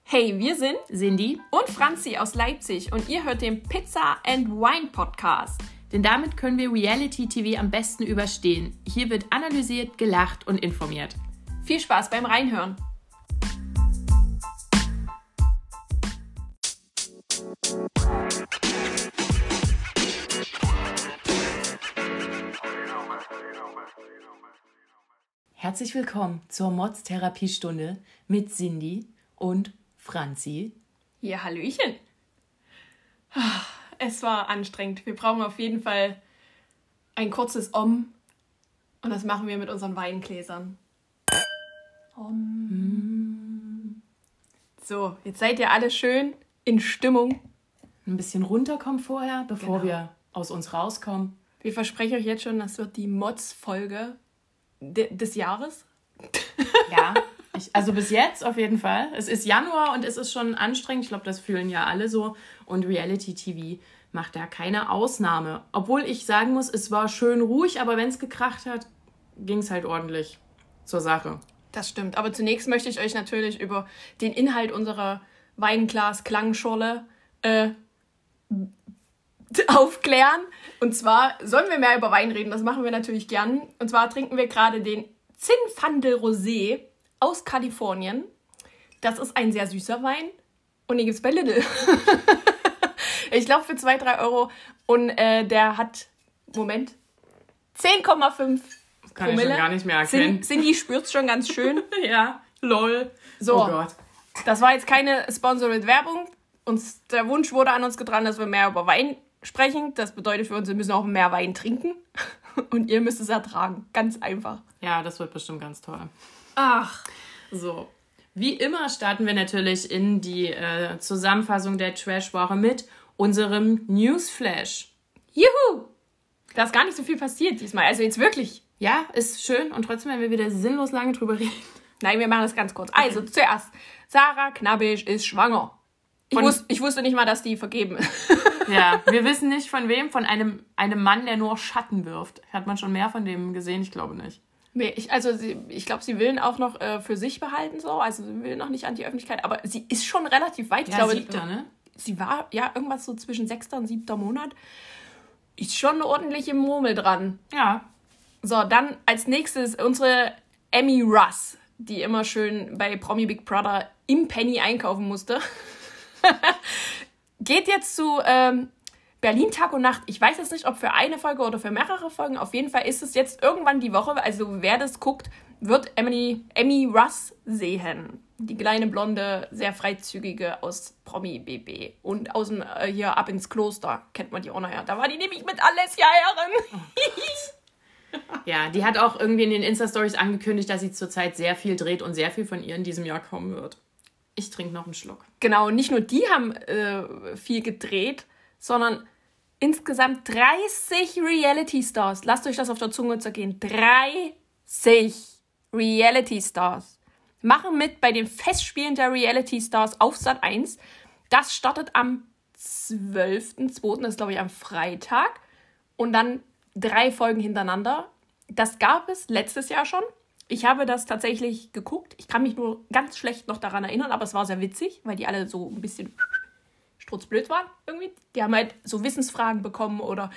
Hey, wir sind Cindy und Franzi aus Leipzig und ihr hört den Pizza and Wine Podcast. Denn damit können wir Reality-TV am besten überstehen. Hier wird analysiert, gelacht und informiert. Viel Spaß beim Reinhören. Herzlich willkommen zur Mods-Therapiestunde mit Cindy und Franzi. Ja, hallöchen. Es war anstrengend. Wir brauchen auf jeden Fall ein kurzes Om. Und das machen wir mit unseren Weingläsern. Om. So, jetzt seid ihr alle schön in Stimmung. Ein bisschen runterkommen vorher, bevor wir aus uns rauskommen. Wir versprechen euch jetzt schon, das wird die Mods-Folge des Jahres. Ja, also bis jetzt auf jeden Fall. Es ist Januar und es ist schon anstrengend. Ich glaube, das fühlen ja alle so. Und Reality-TV macht da keine Ausnahme. Obwohl ich sagen muss, es war schön ruhig, aber wenn es gekracht hat, ging es halt ordentlich zur Sache. Das stimmt. Aber zunächst möchte ich euch natürlich über den Inhalt unserer Weinglas-Klangschorle aufklären. Und zwar sollen wir mehr über Wein reden, das machen wir natürlich gern. Und zwar trinken wir gerade den Zinfandel Rosé aus Kalifornien. Das ist ein sehr süßer Wein und den gibt es bei Lidl. Ich glaube für 2-3 Euro. Und der hat, 10,5 Kann Promille. ich schon gar nicht mehr erkennen. Cindy spürt's schon ganz schön. Ja, lol. So, Oh Gott. das war jetzt keine sponsored Werbung. Der Wunsch wurde an uns getragen, dass wir mehr über Wein sprechen. Das bedeutet für uns, wir müssen auch mehr Wein trinken. Und ihr müsst es ertragen. Ganz einfach. Ja, das wird bestimmt ganz toll. Ach. So, wie immer starten wir natürlich in die Zusammenfassung der Trash-Woche mit unserem Newsflash. Juhu! Da ist gar nicht so viel passiert diesmal. Also jetzt wirklich. Ja, ist schön und trotzdem werden wir wieder sinnlos lange drüber reden. Nein, wir machen das ganz kurz. Also zuerst, Sarah Knabbisch ist schwanger. Ich wusste nicht mal, dass die vergeben ist. Ja, wir wissen nicht von wem, von einem Mann, der nur Schatten wirft. Hat man schon mehr von dem gesehen? Ich glaube nicht. Nee, ich glaube, sie will ihn auch noch für sich behalten, so. Also sie will noch nicht an die Öffentlichkeit, aber sie ist schon relativ weit. Ja, ich glaube, 7., ne? Sie war ja irgendwas so zwischen 6. und 7. Monat. Ist schon eine ordentliche Murmel dran. Ja. So, dann als nächstes unsere Emmy Russ, die immer schön bei Promi Big Brother im Penny einkaufen musste. Geht jetzt zu Berlin Tag und Nacht. Ich weiß jetzt nicht, ob für eine Folge oder für mehrere Folgen. Auf jeden Fall ist es jetzt irgendwann die Woche. Also wer das guckt, wird Emmy Russ sehen. Die kleine Blonde, sehr freizügige aus Promi BB. Und aus dem hier Ab ins Kloster kennt man die auch noch. Ja. Da war die nämlich mit Alessia Herren. Ja, die hat auch irgendwie in den Insta-Stories angekündigt, dass sie zurzeit sehr viel dreht und sehr viel von ihr in diesem Jahr kommen wird. Ich trinke noch einen Schluck. Genau, nicht nur die haben viel gedreht, sondern insgesamt 30 Reality-Stars. Lasst euch das auf der Zunge zergehen. 30 Reality-Stars machen mit bei den Festspielen der Reality-Stars auf Sat.1. Das startet am 12.02., das ist glaube ich am Freitag. Und dann 3 Folgen hintereinander. Das gab es letztes Jahr schon. Ich habe das tatsächlich geguckt. Ich kann mich nur ganz schlecht noch daran erinnern, aber es war sehr witzig, weil die alle so ein bisschen strutzblöd waren irgendwie. Die haben halt so Wissensfragen bekommen oder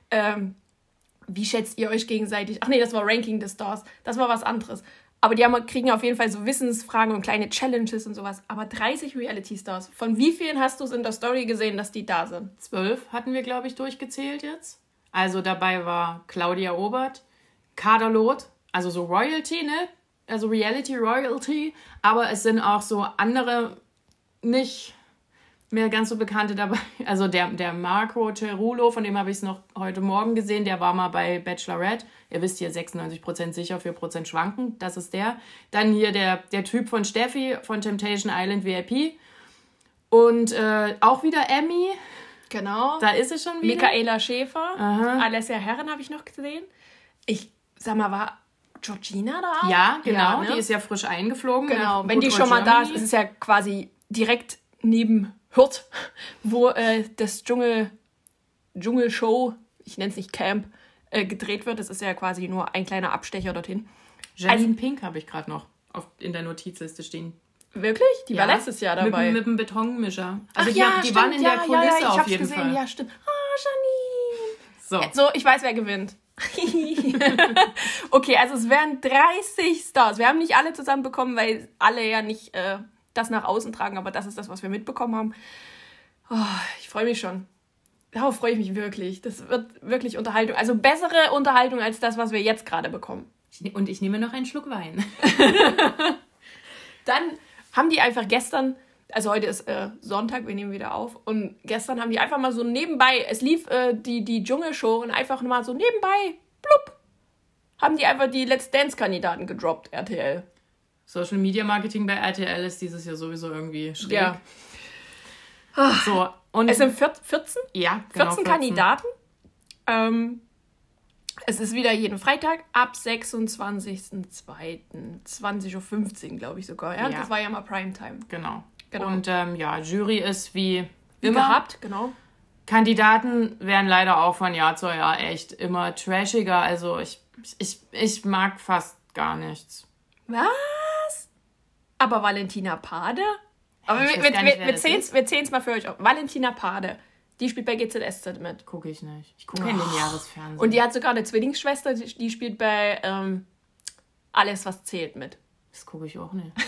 wie schätzt ihr euch gegenseitig? Ach nee, das war Ranking the Stars. Das war was anderes. Aber die kriegen auf jeden Fall so Wissensfragen und kleine Challenges und sowas. Aber 30 Reality-Stars. Von wie vielen hast du es in der Story gesehen, dass die da sind? 12 hatten wir, glaube ich, durchgezählt jetzt. Also dabei war Claudia Obert, Kader Loth, also so Royalty, ne? Also Reality Royalty. Aber es sind auch so andere, nicht mehr ganz so bekannte dabei. Also der Marco Cerulo, von dem habe ich es noch heute Morgen gesehen. Der war mal bei Bachelorette. Ihr wisst hier, 96% sicher, 4% schwanken. Das ist der. Dann hier der Typ von Steffi von Temptation Island VIP. Und auch wieder Emmy. Genau. Da ist es schon wieder. Michaela Schäfer. Aha. Alessia Herren habe ich noch gesehen. Ich sag mal, war Georgina da auch? Ja, genau. Ja, ne? Die ist ja frisch eingeflogen. Genau. Wenn die schon mal da ist, ist es ja quasi direkt neben Hürth, wo das Dschungelshow, ich nenne es nicht Camp, gedreht wird. Das ist ja quasi nur ein kleiner Abstecher dorthin. Jasmine Pink habe ich gerade noch in der Notizliste stehen. Wirklich? Die war letztes Jahr dabei. Mit dem Betonmischer. Ach Also ja, die stimmt, waren in der Kulisse ich auf hab's jeden gesehen. Fall. Ja, stimmt. Oh, Janine. So. So, ich weiß, wer gewinnt. Okay, also es wären 30 Stars. Wir haben nicht alle zusammen bekommen, weil alle ja nicht das nach außen tragen, aber das ist das, was wir mitbekommen haben. Oh, ich freue mich schon. Darauf freue ich mich wirklich. Das wird wirklich Unterhaltung. Also bessere Unterhaltung als das, was wir jetzt gerade bekommen. Und ich nehme noch einen Schluck Wein. Dann haben die einfach gestern, also heute ist Sonntag, wir nehmen wieder auf, und gestern haben die einfach mal so nebenbei, es lief die Dschungelshow und einfach mal so nebenbei, blub, haben die einfach die Let's Dance-Kandidaten gedroppt, RTL. Social Media Marketing bei RTL ist dieses Jahr sowieso irgendwie schräg. Ja. So, und Es sind 14? ja, genau, 14 Kandidaten. Es ist wieder jeden Freitag ab 26.02.20.15 Uhr, glaube ich sogar. Ja? Ja. Das war ja mal Primetime. Genau. Genau. Und Jury ist wie Wie immer. gehabt, genau. Kandidaten werden leider auch von Jahr zu Jahr echt immer trashiger. Also ich mag fast gar nichts. Was? Aber Valentina Pade? Aber Ich weiß gar nicht, wer wir das zehen's mal für euch auf. Valentina Pade, die spielt bei GZSZ mit. Gucke ich nicht. Ich gucke in den Jahresfernsehen. Und die hat sogar eine Zwillingsschwester, die spielt bei Alles, was zählt mit. Das gucke ich auch nicht.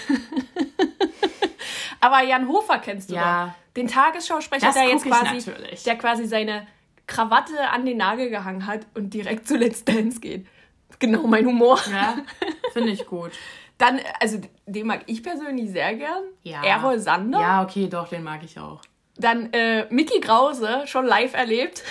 Aber Jan Hofer kennst du Ja. doch. Den Tagesschausprecher, Das der jetzt guck ich quasi, natürlich. der quasi seine Krawatte an den Nagel gehangen hat und direkt zu Let's Dance geht. Genau mein Humor. Ja, finde ich gut. Dann, also den mag ich persönlich sehr gern. Ja. Errol Sander. Ja, okay, doch, den mag ich auch. Dann Micky Krause, schon live erlebt.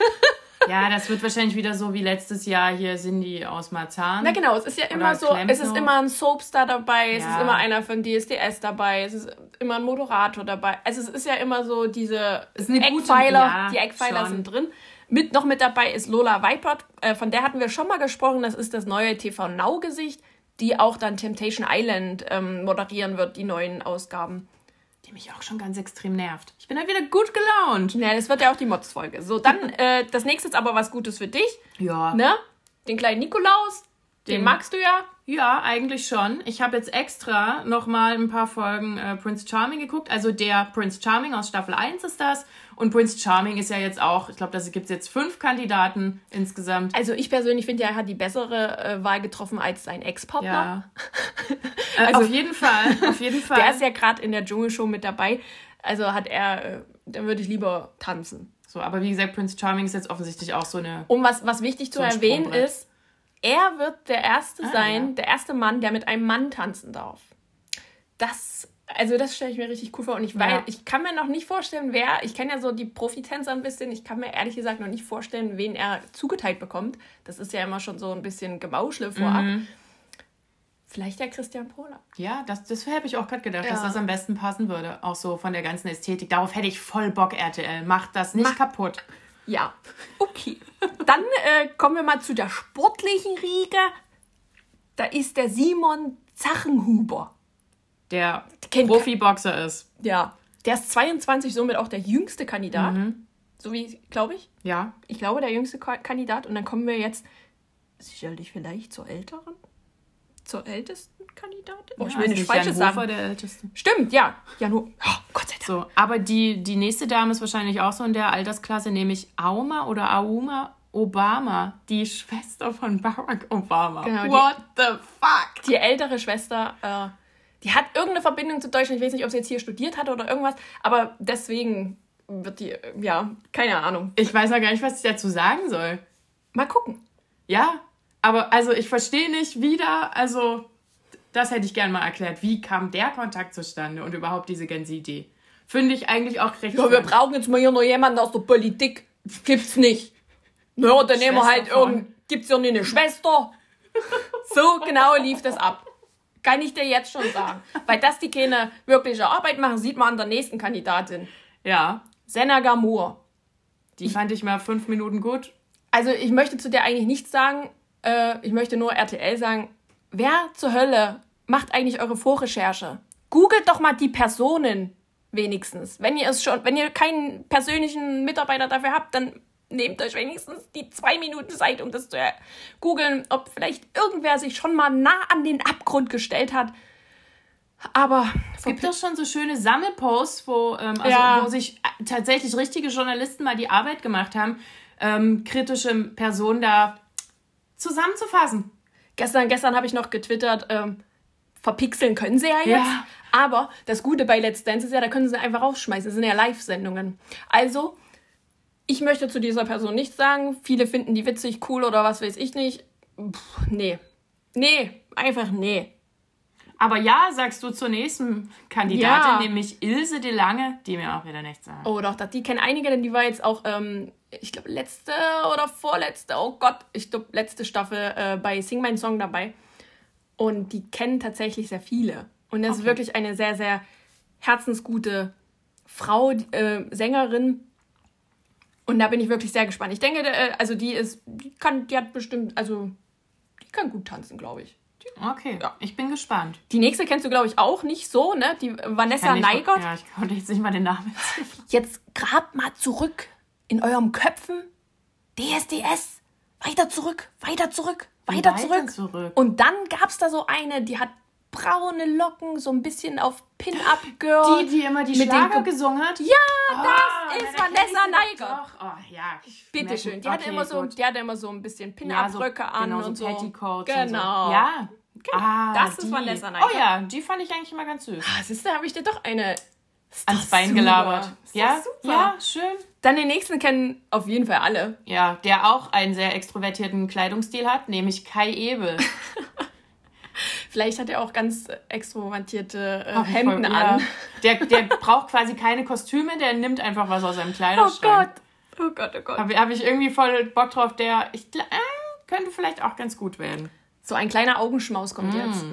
Ja, das wird wahrscheinlich wieder so wie letztes Jahr hier Cindy aus Marzahn. Na genau, es ist ja immer Oder so, Klemto. es ist immer ein Soapstar dabei, es Ja. ist immer einer von DSDS dabei, es ist immer ein Moderator dabei. Also es ist ja immer so diese Ist eine gute- Eckpfeiler, ja, die Eckpfeiler schon. sind drin. Noch mit dabei ist Lola Weipert, von der hatten wir schon mal gesprochen, das ist das neue TV Now Gesicht, die auch dann Temptation Island moderieren wird, die neuen Ausgaben. Die mich auch schon ganz extrem nervt. Ich bin halt wieder gut gelaunt. Ja, das wird ja auch die Mods-Folge. So, dann das nächste ist aber was Gutes für dich, Ja. ne? Den kleinen Nikolaus, den magst du ja. Ja, eigentlich schon. Ich habe jetzt extra nochmal ein paar Folgen Prince Charming geguckt. Also der Prince Charming aus Staffel 1 ist das. Und Prince Charming ist ja jetzt auch, ich glaube, da gibt es jetzt 5 Kandidaten insgesamt. Also ich persönlich finde, er hat die bessere Wahl getroffen als sein Ex-Partner. Ja. Auf jeden Fall, auf jeden Fall. Der ist ja gerade in der Dschungelshow mit dabei. Also hat er, dann würde ich lieber tanzen. So, aber wie gesagt, Prince Charming ist jetzt offensichtlich auch so eine... Und was wichtig zu So ein erwähnen Sprungbrett. ist, er wird der Erste sein, ja. der erste Mann, der mit einem Mann tanzen darf. Das stelle ich mir richtig cool vor. Und ich kann mir noch nicht vorstellen, ich kenne ja so die Profitänzer ein bisschen, ich kann mir ehrlich gesagt noch nicht vorstellen, wen er zugeteilt bekommt. Das ist ja immer schon so ein bisschen Gemauschle vorab. Vielleicht der Christian Pola. Ja, das habe ich auch gerade gedacht, Ja. dass das am besten passen würde. Auch so von der ganzen Ästhetik. Darauf hätte ich voll Bock, RTL. Macht das nicht kaputt. Ja, okay. Dann kommen wir mal zu der sportlichen Riege. Da ist der Simon Zachenhuber. Der Kennt- Profiboxer ist. Ja, der ist 22, somit auch der jüngste Kandidat. So wie, glaube ich. Ja. Ich glaube, der jüngste Kandidat. Und dann kommen wir jetzt sicherlich vielleicht zur älteren, zur ältesten Kandidatin. Oh, ich will ist nicht nicht Falsches Jan Hofer sagen. der Älteste. Stimmt, ja. Ja, nur, Gott sei Dank. So, aber die nächste Dame ist wahrscheinlich auch so in der Altersklasse, nämlich Auma Obama, die Schwester von Barack Obama. Genau, What the fuck? Die ältere Schwester, die hat irgendeine Verbindung zu Deutschland. Ich weiß nicht, ob sie jetzt hier studiert hat oder irgendwas. Aber deswegen wird die, keine Ahnung. Ich weiß noch gar nicht, was ich dazu sagen soll. Mal gucken. Ja, aber also ich verstehe nicht wieder, also das hätte ich gerne mal erklärt. Wie kam der Kontakt zustande und überhaupt diese ganze Idee? Finde ich eigentlich auch recht Ja, wir spannend. brauchen jetzt mal hier noch jemanden aus der Politik. Gibt's nicht. Naja, dann nehmen wir halt Schwester gibt's ja nicht eine Schwester. So genau lief das ab. Kann ich dir jetzt schon sagen. Weil dass die keine wirkliche Arbeit machen, sieht man an der nächsten Kandidatin. Ja, Senna Gamur. die fand ich mal 5 Minuten gut. Also ich möchte zu der eigentlich nichts sagen. Ich möchte nur RTL sagen, wer zur Hölle macht eigentlich eure Vorrecherche? Googelt doch mal die Personen wenigstens. Wenn ihr keinen persönlichen Mitarbeiter dafür habt, dann nehmt euch wenigstens die 2 Minuten Zeit, um das zu googeln, ob vielleicht irgendwer sich schon mal nah an den Abgrund gestellt hat. Aber es gibt doch schon so schöne Sammelposts, wo sich tatsächlich richtige Journalisten mal die Arbeit gemacht haben, kritische Personen da zusammenzufassen. Gestern habe ich noch getwittert, verpixeln können sie ja jetzt. Ja. Aber das Gute bei Let's Dance ist ja, da können sie einfach rausschmeißen. Das sind ja Live-Sendungen. Also, ich möchte zu dieser Person nichts sagen. Viele finden die witzig, cool oder was weiß ich nicht. Nee. Einfach nee. Aber ja, sagst du zur nächsten Kandidatin, nämlich Ilse de Lange, die mir auch wieder nichts sagt. Oh doch, die kennen einige, denn die war jetzt auch, ich glaube, letzte oder vorletzte, oh Gott, ich glaube, letzte Staffel bei Sing Mein Song dabei. Und die kennen tatsächlich sehr viele. Und das ist wirklich eine sehr, sehr herzensgute Frau, Sängerin. Und da bin ich wirklich sehr gespannt. Ich denke, also die kann gut tanzen, glaube ich. Okay, ja. Ich bin gespannt. Die nächste kennst du, glaube ich, auch nicht so, ne? Die Vanessa Neigert. Ja, ich konnte jetzt nicht mal den Namen erzählen. Jetzt grabt mal zurück in eurem Köpfen. DSDS. Weiter zurück. Und dann gab es da so eine, die hat braune Locken, so ein bisschen auf Pin-Up-Girl. Die immer die Schlager gesungen hat? Ja, das ist Vanessa Neigert. Oh, ja. Bitteschön. Die hatte immer so ein bisschen Pin-Up-Röcke an genau, und so Petticoats Genau. Und so. Ja. Das ist Vanessa Neigert. Oh ja, die fand ich eigentlich immer ganz süß. Siehst du, da habe ich dir doch eine ans Bein gelabert. Ja, super. Ja, schön. Dann den nächsten kennen auf jeden Fall alle. Ja, der auch einen sehr extrovertierten Kleidungsstil hat, nämlich Kai Ebel. Vielleicht hat er auch ganz extrovertierte Hemden an. Der braucht quasi keine Kostüme, der nimmt einfach was aus seinem Kleiderschrank. Oh Gott. Hab ich irgendwie voll Bock drauf, könnte vielleicht auch ganz gut werden. So ein kleiner Augenschmaus kommt jetzt.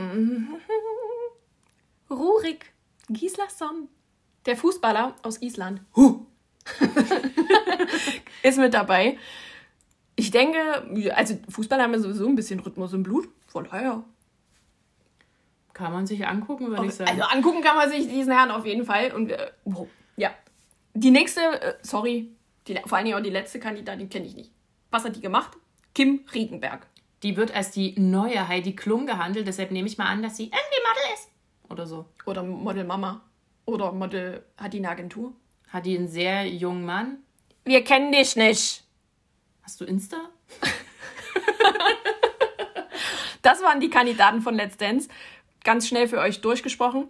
Rurik Gislason, der Fußballer aus Island, ist mit dabei. Ich denke, also Fußballer haben ja sowieso ein bisschen Rhythmus im Blut, von daher. Kann man sich angucken, würde ich sagen. Also angucken kann man sich diesen Herrn auf jeden Fall. Und ja, die nächste, vor allen Dingen auch die letzte Kandidatin kenne ich nicht. Was hat die gemacht? Kim Riegenberg. Die wird als die neue Heidi Klum gehandelt, deshalb nehme ich mal an, dass sie irgendwie Model ist. Oder so. Oder Model Mama. Oder Model, hat die eine Agentur? Hat die einen sehr jungen Mann? Wir kennen dich nicht. Hast du Insta? Das waren die Kandidaten von Let's Dance. Ganz schnell für euch durchgesprochen.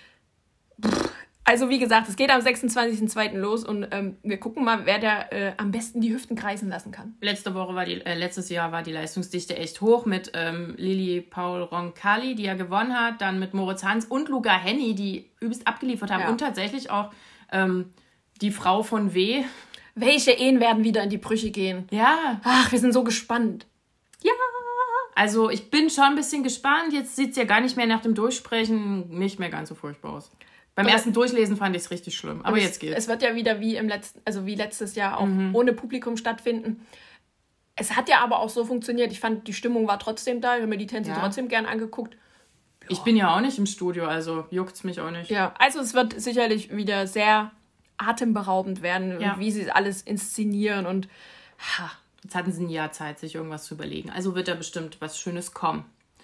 Also wie gesagt, es geht am 26.02. los und wir gucken mal, wer da am besten die Hüften kreisen lassen kann. Letztes Jahr war die Leistungsdichte echt hoch mit Lili Paul Roncalli, die ja gewonnen hat, dann mit Moritz Hans und Luca Henny, die übelst abgeliefert haben und tatsächlich auch die Frau von W. Welche Ehen werden wieder in die Brüche gehen? Ja. Ach, wir sind so gespannt. Ja. Also ich bin schon ein bisschen gespannt. Jetzt sieht es ja gar nicht mehr nach dem Durchsprechen nicht mehr ganz so furchtbar aus. Beim ersten Durchlesen fand ich es richtig schlimm. Aber jetzt geht's. Es wird ja wieder wie letztes Jahr auch ohne Publikum stattfinden. Es hat ja aber auch so funktioniert. Ich fand, die Stimmung war trotzdem da. Ich habe mir die Tänze trotzdem gern angeguckt. Ja. Ich bin ja auch nicht im Studio, also juckt's mich auch nicht. Ja, also es wird sicherlich wieder sehr atemberaubend werden, wie sie alles inszenieren. Und jetzt hatten sie ein Jahr Zeit, sich irgendwas zu überlegen. Also wird da bestimmt was Schönes kommen.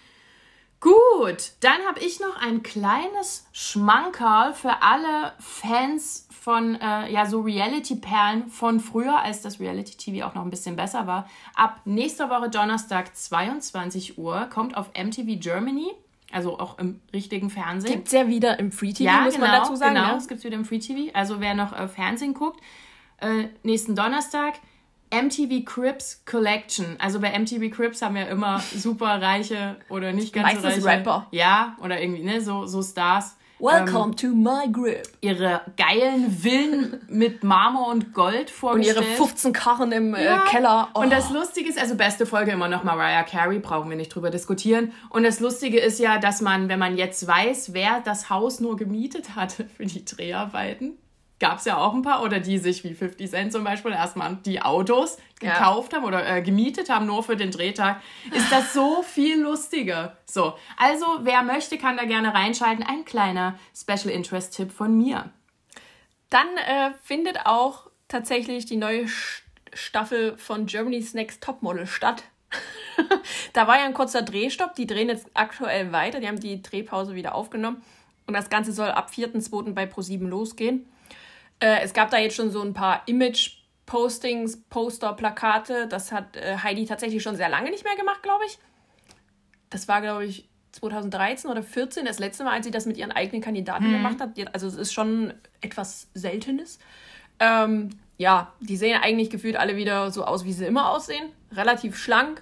Gut, dann habe ich noch ein kleines Schmankerl für alle Fans von so Reality-Perlen von früher, als das Reality-TV auch noch ein bisschen besser war. Ab nächster Woche Donnerstag 22 Uhr kommt auf MTV Germany, also auch im richtigen Fernsehen. Gibt es ja wieder im Free-TV, muss man dazu sagen. Genau, es gibt es wieder im Free-TV. Also wer noch Fernsehen guckt, nächsten Donnerstag MTV Cribs Collection. Also bei MTV Cribs haben wir immer super reiche oder nicht ganz so reiche. Meistens Rapper. Ja, oder irgendwie, so Stars. Welcome to my Grip. Ihre geilen Villen mit Marmor und Gold vorgestellt. Und ihre 15 Karren im Keller. Oh. Und das Lustige ist, also beste Folge immer noch Mariah Carey, brauchen wir nicht drüber diskutieren. Und das Lustige ist ja, dass man, wenn man jetzt weiß, wer das Haus nur gemietet hatte für die Dreharbeiten, gab es ja auch ein paar, oder die sich wie 50 Cent zum Beispiel erstmal die Autos gekauft haben oder gemietet haben, nur für den Drehtag, ist das so viel lustiger. So, also wer möchte, kann da gerne reinschalten. Ein kleiner Special Interest Tipp von mir. Dann findet auch tatsächlich die neue Staffel von Germany's Next Topmodel statt. Da war ja ein kurzer Drehstopp. Die drehen jetzt aktuell weiter. Die haben die Drehpause wieder aufgenommen. Und das Ganze soll ab 4.2. bei ProSieben losgehen. Es gab da jetzt schon so ein paar Image-Postings, Poster, Plakate. Das hat Heidi tatsächlich schon sehr lange nicht mehr gemacht, glaube ich. Das war, glaube ich, 2013 oder 2014, das letzte Mal, als sie das mit ihren eigenen Kandidaten gemacht hat. Also es ist schon etwas Seltenes. Ja, die sehen eigentlich gefühlt alle wieder so aus, wie sie immer aussehen. Relativ schlank.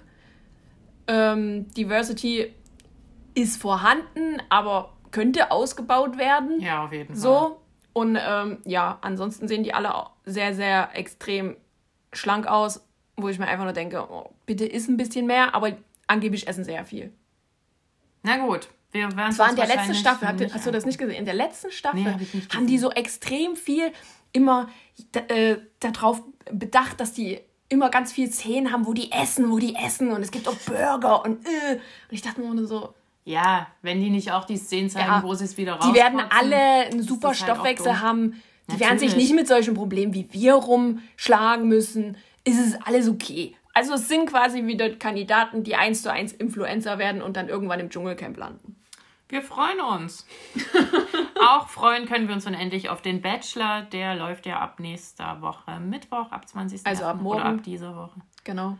Diversity ist vorhanden, aber könnte ausgebaut werden. Ja, auf jeden Fall. So. Und ja, ansonsten sehen die alle sehr, sehr extrem schlank aus, wo ich mir einfach nur denke, oh, bitte isst ein bisschen mehr, aber angeblich essen sehr viel. Na gut, wir werden es war in der letzten Staffel, hast du das nicht gesehen? In der letzten Staffel haben die so extrem viel immer darauf bedacht, dass die immer ganz viel Szenen haben, wo die essen. Und es gibt auch Burger und ich dachte mir nur so... Ja, wenn die nicht auch die Szenen zeigen, wo sie es wieder rauspotzen. Die werden alle einen super Stoffwechsel haben. Die werden sich nicht mit solchen Problemen wie wir rumschlagen müssen. Ist es alles okay. Also es sind quasi wieder Kandidaten, die 1:1 Influencer werden und dann irgendwann im Dschungelcamp landen. Wir freuen uns. Auch freuen können wir uns dann endlich auf den Bachelor. Der läuft ja ab nächster Woche Mittwoch, ab 20. Also ab morgen. Oder ab dieser Woche. Genau.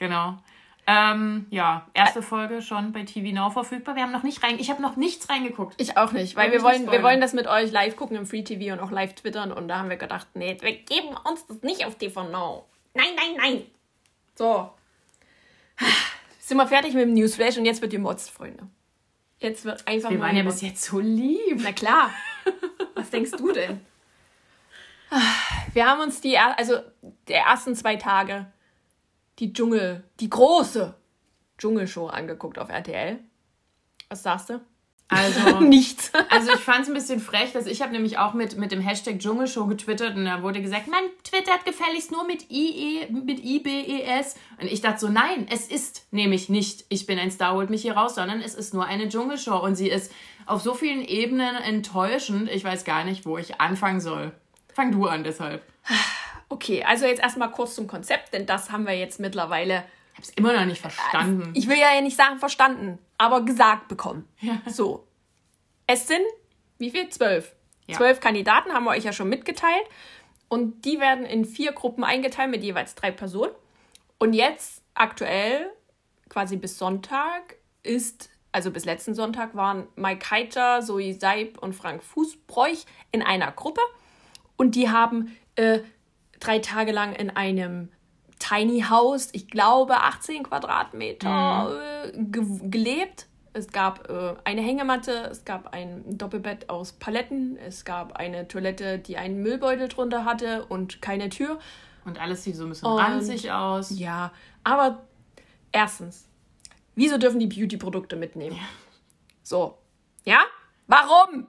Ja, erste Folge schon bei TV Now verfügbar. Wir haben noch nicht ich habe noch nichts reingeguckt. Ich auch nicht, weil wir wollen das mit euch live gucken im Free TV und auch live twittern. Und da haben wir gedacht, nee, wir geben uns das nicht auf TV Now. Nein. So. Sind wir fertig mit dem Newsflash und jetzt wird gemotzt, Freunde. Jetzt wird einfach wir waren ja bis jetzt so lieb. Na klar. Was denkst du denn? Wir haben uns der ersten 2 Tage die große Dschungelshow angeguckt auf RTL. Was sagst du? Also nichts. Also ich fand es ein bisschen frech, dass ich habe nämlich auch mit dem Hashtag Dschungelshow getwittert und da wurde gesagt, man twittert gefälligst nur mit IBES. Und ich dachte so, nein, es ist nämlich nicht Ich bin ein Star, holt mich hier raus, sondern es ist nur eine Dschungelshow und sie ist auf so vielen Ebenen enttäuschend. Ich weiß gar nicht, wo ich anfangen soll. Fang du an deshalb. Okay, also jetzt erstmal kurz zum Konzept, denn das haben wir jetzt mittlerweile... Ich habe es immer noch nicht verstanden. Ich will ja nicht sagen verstanden, aber gesagt bekommen. Ja. So. Es sind, wie viel? 12. Ja. 12 Kandidaten haben wir euch ja schon mitgeteilt. Und die werden in 4 Gruppen eingeteilt mit jeweils 3 Personen. Und jetzt aktuell, quasi bis Sonntag, also bis letzten Sonntag, waren Mike Heiter, Zoe Seib und Frank Fußbräuch in einer Gruppe. Und die haben 3 Tage lang in einem Tiny House, ich glaube 18 Quadratmeter, gelebt. Es gab eine Hängematte, es gab ein Doppelbett aus Paletten, es gab eine Toilette, die einen Müllbeutel drunter hatte und keine Tür. Und alles sieht so ein bisschen ranzig aus. Ja, aber erstens, wieso dürfen die Beauty-Produkte mitnehmen? Ja. So, ja? Warum?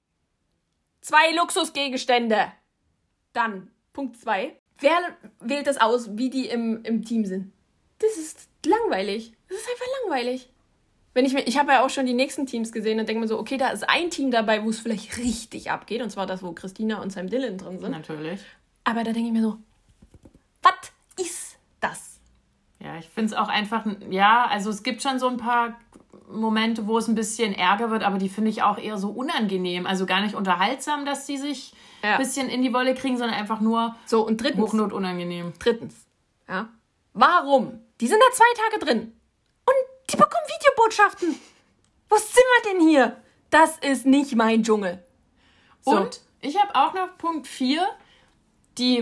2 Luxusgegenstände. Dann, Punkt 2. Wer wählt das aus, wie die im Team sind? Das ist langweilig. Das ist einfach langweilig. Ich habe ja auch schon die nächsten Teams gesehen und denke mir so, okay, da ist ein Team dabei, wo es vielleicht richtig abgeht. Und zwar das, wo Christina und Sam Dillon drin sind. Natürlich. Aber da denke ich mir so, was ist das? Ja, ich finde es auch einfach, ja, also es gibt schon so ein paar Momente, wo es ein bisschen Ärger wird, aber die finde ich auch eher so unangenehm. Also gar nicht unterhaltsam, dass die sich ein bisschen in die Wolle kriegen, sondern einfach nur so, und drittens, Hochnot unangenehm. Ja, warum? Die sind da 2 Tage drin und die bekommen Videobotschaften. Wo sind wir denn hier? Das ist nicht mein Dschungel. So. Und ich habe auch noch Punkt 4, die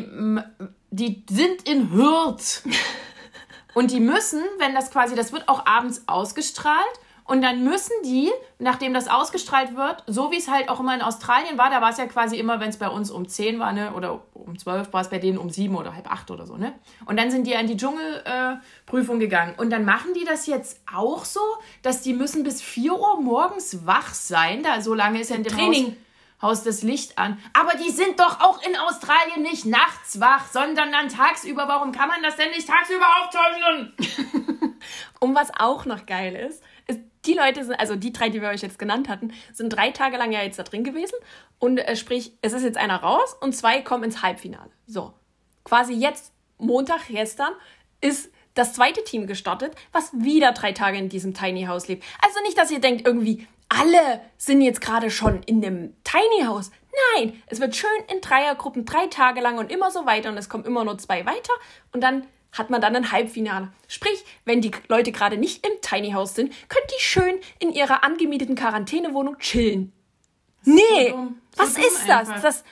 sind in Hürth. Und die müssen, wenn das wird auch abends ausgestrahlt. Und dann müssen die, nachdem das ausgestrahlt wird, so wie es halt auch immer in Australien war, da war es ja quasi immer, wenn es bei uns um 10 war, ne, oder um 12, war es bei denen um 7 oder halb 8 oder so, ne? Und dann sind die an die Dschungelprüfung gegangen. Und dann machen die das jetzt auch so, dass die müssen bis 4 Uhr morgens wach sein. Da so lange ist ja in dem Training. Haus das Licht an. Aber die sind doch auch in Australien nicht nachts wach, sondern dann tagsüber. Warum kann man das denn nicht tagsüber aufzeichnen? Und was auch noch geil ist, die Leute sind, also die 3, die wir euch jetzt genannt hatten, sind 3 Tage lang ja jetzt da drin gewesen. Und sprich, es ist jetzt einer raus und 2 kommen ins Halbfinale. So, quasi jetzt, Montag, gestern, ist das zweite Team gestartet, was wieder 3 Tage in diesem Tiny House lebt. Also nicht, dass ihr denkt, irgendwie alle sind jetzt gerade schon in dem Tiny House. Nein, es wird schön in Dreiergruppen 3 Tage lang und immer so weiter und es kommen immer nur 2 weiter und dann hat man dann ein Halbfinale. Sprich, wenn die Leute gerade nicht im Tiny House sind, können die schön in ihrer angemieteten Quarantänewohnung chillen. Nee, so dumm. was ist das? Das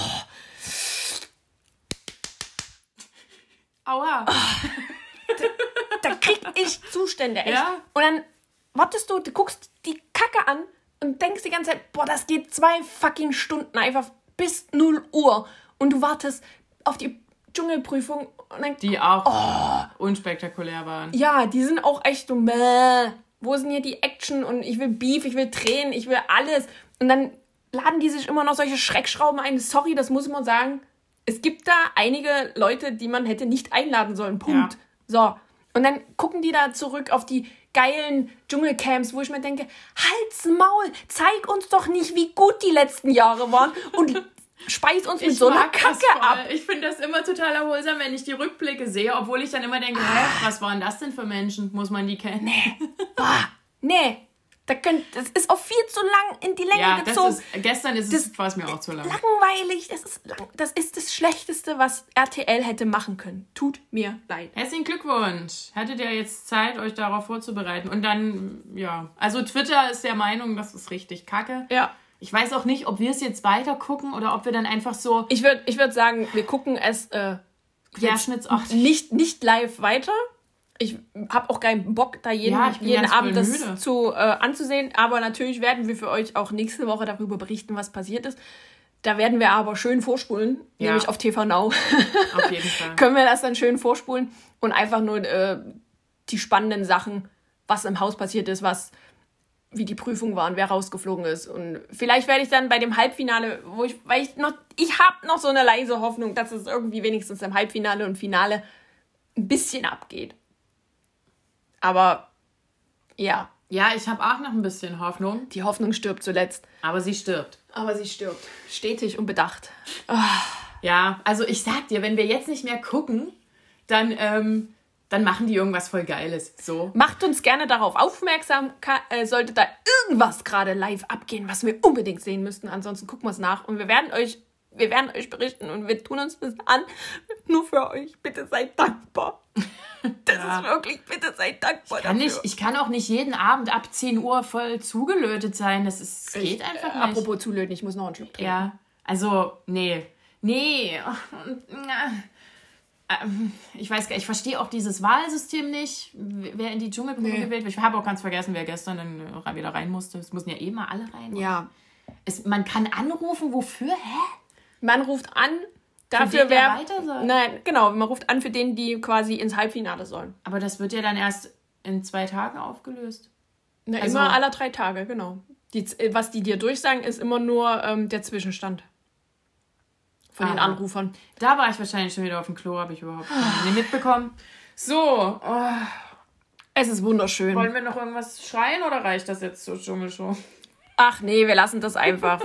Aua. da krieg ich Zustände, echt. Ja. Und dann wartest du guckst die Kacke an und denkst die ganze Zeit, boah, das geht 2 fucking Stunden einfach bis 0 Uhr. Und du wartest auf die Dschungelprüfung. Und dann, Die auch unspektakulär waren. ja, die sind auch echt so, mäh. Wo sind hier die Action? Und ich will Beef, ich will Tränen, ich will alles. Und dann laden die sich immer noch solche Schreckschrauben ein. Sorry, das muss man sagen. Es gibt da einige Leute, die man hätte nicht einladen sollen. Punkt. Ja. So. Und dann gucken die da zurück auf die geilen Dschungelcamps, wo ich mir denke, halt's Maul, zeig uns doch nicht, wie gut die letzten Jahre waren und speis uns mit so einer Kacke ab. Ich finde das immer total erholsam, wenn ich die Rückblicke sehe, obwohl ich dann immer denke, hä, was waren das denn für Menschen? Muss man die kennen? Nee. Das ist auch viel zu lang in die Länge gezogen. Gestern war es mir auch zu lang. Langweilig. Das ist das Schlechteste, was RTL hätte machen können. Tut mir leid. Herzlichen Glückwunsch. Hattet ihr jetzt Zeit, euch darauf vorzubereiten? Und dann, ja. Also Twitter ist der Meinung, das ist richtig kacke. Ja. Ich weiß auch nicht, ob wir es jetzt weiter gucken oder ob wir dann einfach so... Ich würd sagen, wir gucken es nicht live weiter. Ich habe auch keinen Bock, da jeden Abend das anzusehen. Aber natürlich werden wir für euch auch nächste Woche darüber berichten, was passiert ist. Da werden wir aber schön vorspulen, nämlich auf TV Now. Auf jeden Fall. Können wir das dann schön vorspulen und einfach nur die spannenden Sachen, was im Haus passiert ist, wie die Prüfung war und wer rausgeflogen ist. Und vielleicht werde ich dann bei dem Halbfinale, ich habe noch so eine leise Hoffnung, dass es irgendwie wenigstens im Halbfinale und Finale ein bisschen abgeht. Aber ja. Ja, ich habe auch noch ein bisschen Hoffnung. Die Hoffnung stirbt zuletzt. Aber sie stirbt. Stetig und bedacht. Ja, also ich sag dir, wenn wir jetzt nicht mehr gucken, dann machen die irgendwas voll Geiles. So. Macht uns gerne darauf aufmerksam, sollte da irgendwas gerade live abgehen, was wir unbedingt sehen müssten. Ansonsten gucken wir es nach und wir werden euch berichten und wir tun uns das an. Nur für euch. Bitte seid dankbar. Das ist wirklich, bitte seid dankbar dafür. Ich kann auch nicht jeden Abend ab 10 Uhr voll zugelötet sein. Das geht einfach nicht. Apropos zulöten, ich muss noch einen Schluck trinken. Ja, also, nee. Ich weiß gar nicht, ich verstehe auch dieses Wahlsystem nicht, wer in die Dschungelprüfung gewählt wird. Ich habe auch ganz vergessen, wer gestern dann wieder rein musste. Es müssen ja eh mal alle rein. Ja. Man kann anrufen, wofür? Hä? Man ruft an, dafür wer weiter soll. Nein, genau, man ruft an für den, die quasi ins Halbfinale sollen. Aber das wird ja dann erst in 2 Tagen aufgelöst. Immer alle 3 Tage, genau. Was die dir durchsagen, ist immer nur der Zwischenstand von den Anrufern. Da war ich wahrscheinlich schon wieder auf dem Klo, habe ich überhaupt nicht mitbekommen. So. Es ist wunderschön. Wollen wir noch irgendwas schreien oder reicht das jetzt zur Dschungelshow? Ach nee, wir lassen das einfach.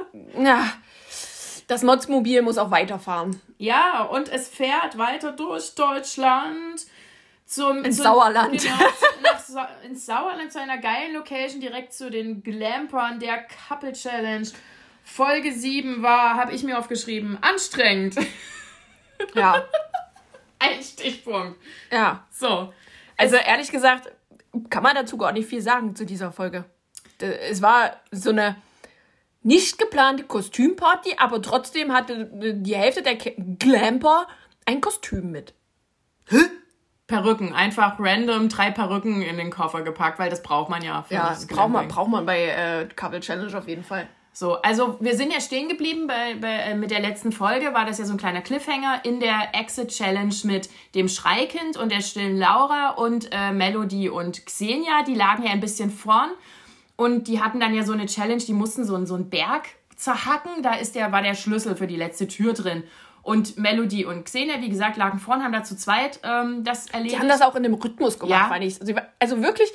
Das Motzmobil muss auch weiterfahren. Ja, und es fährt weiter durch Deutschland ins Sauerland. Genau, ins Sauerland zu einer geilen Location, direkt zu den Glampern der Couple Challenge. Folge 7 war, habe ich mir aufgeschrieben, anstrengend. Ja. Ein Stichpunkt. Ja. So. Also ehrlich gesagt, kann man dazu gar nicht viel sagen zu dieser Folge. Es war so eine nicht geplante Kostümparty, aber trotzdem hatte die Hälfte der Glamper ein Kostüm mit. Perücken, einfach random 3 Perücken in den Koffer gepackt, weil das braucht man ja. Ja, das braucht man bei Couple Challenge auf jeden Fall. So, also wir sind ja stehen geblieben mit der letzten Folge, war das ja so ein kleiner Cliffhanger in der Exit Challenge mit dem Schreikind und der stillen Laura und Melody und Xenia, die lagen ja ein bisschen vorn und die hatten dann ja so eine Challenge, die mussten so einen Berg zerhacken, war der Schlüssel für die letzte Tür drin. Und Melody und Xenia, wie gesagt, lagen vorn, haben da zu zweit das erledigt. Die haben das auch in dem Rhythmus gemacht, fand ich. Also wirklich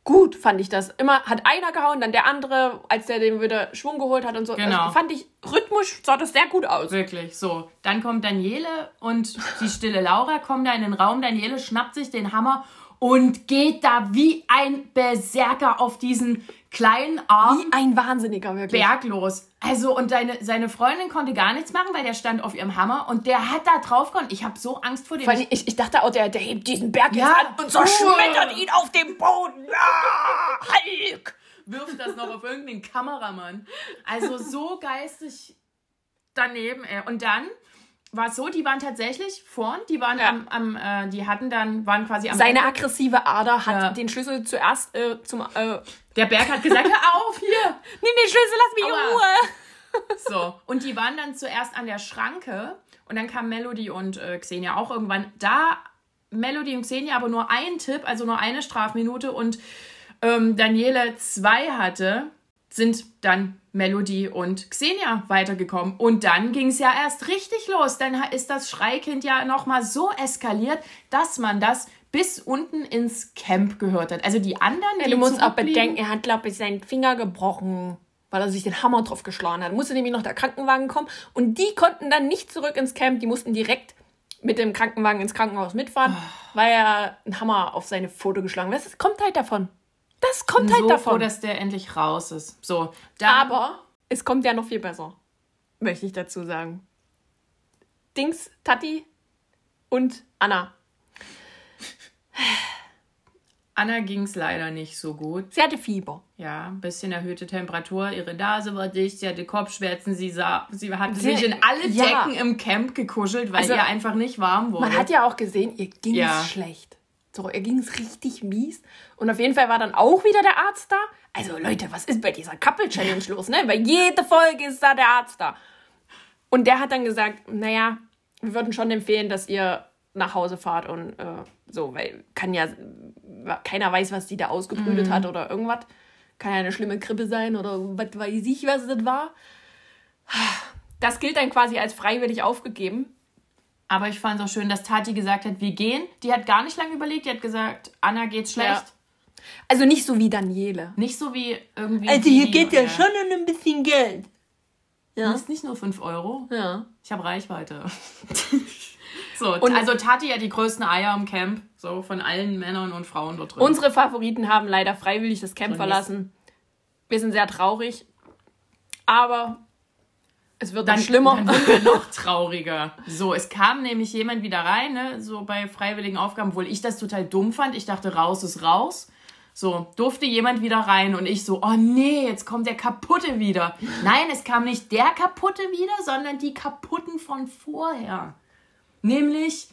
gut, fand ich das. Immer hat einer gehauen, dann der andere, als der dem wieder Schwung geholt hat und so. Genau. Also, fand ich, rhythmisch sah das sehr gut aus. Wirklich, so. Dann kommt Daniele und die stille Laura kommen da in den Raum. Daniele schnappt sich den Hammer und geht da wie ein Berserker auf diesen kleinen Arm. Wie ein Wahnsinniger, wirklich. Berg los. Also, und seine Freundin konnte gar nichts machen, weil der stand auf ihrem Hammer und der hat da drauf gehauen. Ich habe so Angst vor dem. Vor allem, ich dachte auch, der hebt diesen Berg jetzt an und zerschmettert ihn auf den Boden. Ja, Hulk! Wirft das noch auf irgendeinen Kameramann. Also so geistig daneben. Und dann war es so, die waren tatsächlich vorn, die waren waren quasi am Seine Ende. aggressive Ader hat den Schlüssel zuerst Der Berg hat gesagt, hör auf hier. Nimm den Schlüssel, lass mich in Ruhe. So, und die waren dann zuerst an der Schranke und dann kam Melody und Xenia auch irgendwann. Da Melody und Xenia aber nur einen Tipp, also nur eine Strafminute und Daniele 2 hatte, sind dann Melody und Xenia weitergekommen. Und dann ging es ja erst richtig los. Dann ist das Schreikind ja nochmal so eskaliert, dass man das bis unten ins Camp gehört hat. Also die anderen, die du musst auch bedenken, er hat, glaube ich, seinen Finger gebrochen, weil er sich den Hammer drauf geschlagen hat. Da musste nämlich noch der Krankenwagen kommen. Und die konnten dann nicht zurück ins Camp. Die mussten direkt mit dem Krankenwagen ins Krankenhaus mitfahren, weil er einen Hammer auf seine Pfote geschlagen hat. Das kommt halt davon. Das kommt halt davon. Froh, dass der endlich raus ist. So, aber es kommt ja noch viel besser, möchte ich dazu sagen. Dings, Tati und Anna. Anna ging es leider nicht so gut. Sie hatte Fieber. Ja, ein bisschen erhöhte Temperatur, ihre Nase war dicht, sie hatte Kopfschmerzen, sie hat sich in alle Decken im Camp gekuschelt, weil ihr einfach nicht warm wurde. Man hat ja auch gesehen, ihr ging es schlecht. So, ihr ging es richtig mies. Und auf jeden Fall war dann auch wieder der Arzt da. Also Leute, was ist bei dieser Couple-Challenge los, ne? Bei jeder Folge ist da der Arzt da. Und der hat dann gesagt, naja, wir würden schon empfehlen, dass ihr nach Hause fahrt und so, weil keiner weiß, was die da ausgebrütet hat oder irgendwas. Kann ja eine schlimme Grippe sein oder was weiß ich, was das war. Das gilt dann quasi als freiwillig aufgegeben. Aber ich fand es auch schön, dass Tati gesagt hat, wir gehen. Die hat gar nicht lange überlegt. Die hat gesagt, Anna geht's schlecht. Ja. Also nicht so wie Daniele. Nicht so wie irgendwie... Also hier geht ja schon um ein bisschen Geld. Ja. Das ist nicht nur 5 Euro. Ja. Ich habe Reichweite. So, und also Tati hat die größten Eier im Camp. So von allen Männern und Frauen dort drin. Unsere Favoriten haben leider freiwillig das Camp verlassen. Wir sind sehr traurig. Aber... es wird dann schlimmer. Dann wird wir noch trauriger. So, es kam nämlich jemand wieder rein, ne, so bei freiwilligen Aufgaben, obwohl ich das total dumm fand. Ich dachte, raus ist raus. So, durfte jemand wieder rein und ich so, oh nee, jetzt kommt der Kaputte wieder. Nein, es kam nicht der Kaputte wieder, sondern die Kaputten von vorher. Nämlich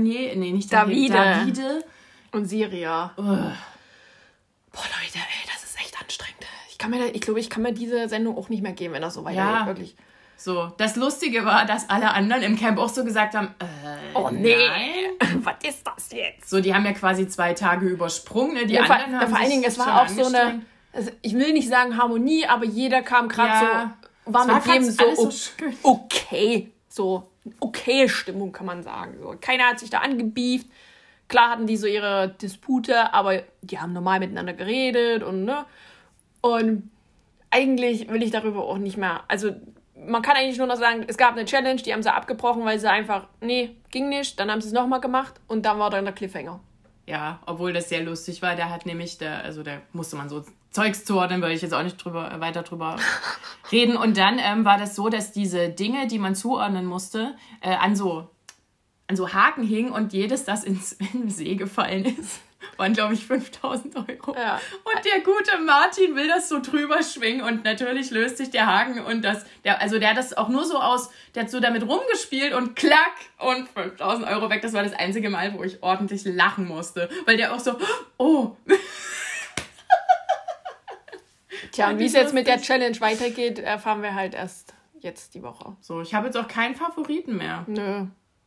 Davide und Siria. Boah, Leute, ey, das ist echt anstrengend. Ich glaube, ich kann mir diese Sendung auch nicht mehr geben, wenn das so weitergeht. Ja. Wirklich. So, das Lustige war, dass alle anderen im Camp auch so gesagt haben, oh nee, was ist das jetzt? So, die haben ja quasi 2 Tage übersprungen, ne? Die anderen haben vor allen Dingen, es war auch so eine, also ich will nicht sagen Harmonie, aber jeder kam gerade war mit jedem so okay Stimmung, kann man sagen. So, keiner hat sich da angebieft. Klar hatten die so ihre Dispute, aber die haben normal miteinander geredet und eigentlich will ich darüber auch nicht mehr, also man kann eigentlich nur noch sagen, es gab eine Challenge, die haben sie abgebrochen, weil sie einfach, nee, ging nicht. Dann haben sie es nochmal gemacht und dann war dann der Cliffhanger. Ja, obwohl das sehr lustig war. Der hat nämlich, da musste man so Zeugs zuordnen, weil ich jetzt auch nicht weiter drüber reden. Und dann war das so, dass diese Dinge, die man zuordnen musste, an so Haken hingen und jedes, das in den See gefallen ist, waren, glaube ich, 5.000 Euro. Ja. Und der gute Martin will das so drüber schwingen und natürlich löst sich der Haken und der hat das auch nur so der hat so damit rumgespielt und klack und 5.000 Euro weg. Das war das einzige Mal, wo ich ordentlich lachen musste, weil der auch so, oh. Tja, und wie es jetzt mit der Challenge weitergeht, erfahren wir halt erst jetzt die Woche. So, ich habe jetzt auch keinen Favoriten mehr. Nö.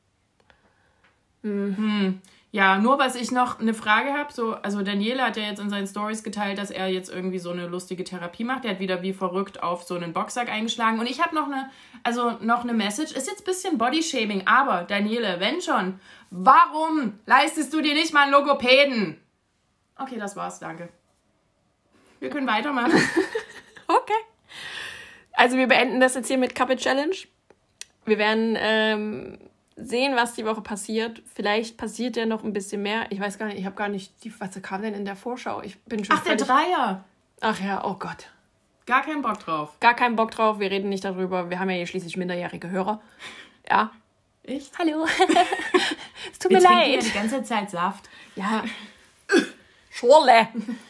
Ja, nur was ich noch eine Frage habe, also Daniele hat ja jetzt in seinen Stories geteilt, dass er jetzt irgendwie so eine lustige Therapie macht. Der hat wieder wie verrückt auf so einen Boxsack eingeschlagen. Und ich habe noch eine Message. Ist jetzt ein bisschen Bodyshaming, aber Daniele, wenn schon, warum leistest du dir nicht mal einen Logopäden? Okay, das war's, danke. wir können weitermachen. Okay. Also wir beenden das jetzt hier mit Couple Challenge. Wir werden sehen, was die Woche passiert. Vielleicht passiert ja noch ein bisschen mehr. Ich weiß gar nicht, ich habe gar nicht, was kam denn in der Vorschau? Ich bin schon der Dreier. Ach ja, oh Gott. Gar keinen Bock drauf. Gar keinen Bock drauf, wir reden nicht darüber. Wir haben ja hier schließlich minderjährige Hörer. Ja. Echt? Hallo. Es tut mir Wir trinken leid. ja die ganze Zeit Saft. Ja. Schorle.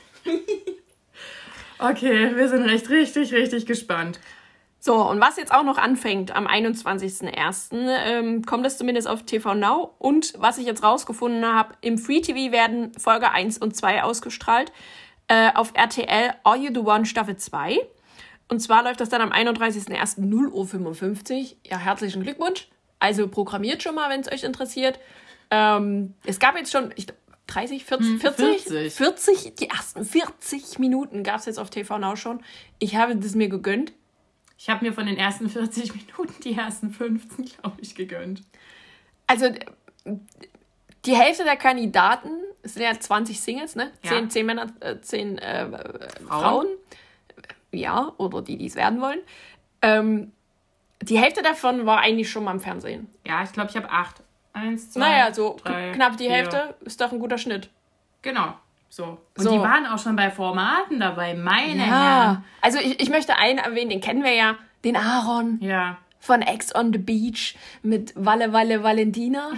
Okay, wir sind richtig gespannt. So, und was jetzt auch noch anfängt am 21.01., kommt es zumindest auf TV Now. Und was ich jetzt rausgefunden habe, im Free TV werden Folge 1 und 2 ausgestrahlt. Auf RTL All You Do One Staffel 2. Und zwar läuft das dann am 31.01. 0:55 Uhr. Ja, herzlichen Glückwunsch. Also programmiert schon mal, wenn es euch interessiert. Es gab jetzt schon 30, 40, die ersten 40 Minuten gab es jetzt auf TV Now schon. Ich habe das mir gegönnt. Ich habe mir von den ersten 40 Minuten die ersten 15, glaube ich, gegönnt. Also die Hälfte der Kandidaten, es sind ja 20 Singles, ne? Ja. 10 Männer, 10 Frauen. Ja, oder die es werden wollen. Die Hälfte davon war eigentlich schon mal im Fernsehen. Ja, ich glaube, ich habe 8. 1, 2, Naja, so 3, knapp die 4. Hälfte ist doch ein guter Schnitt. Genau, so. Und So. die waren auch schon bei Formaten dabei, meine Herren. Ja, also ich möchte einen erwähnen, den kennen wir ja, den Aaron Ja. von Ex on the Beach mit Valentina.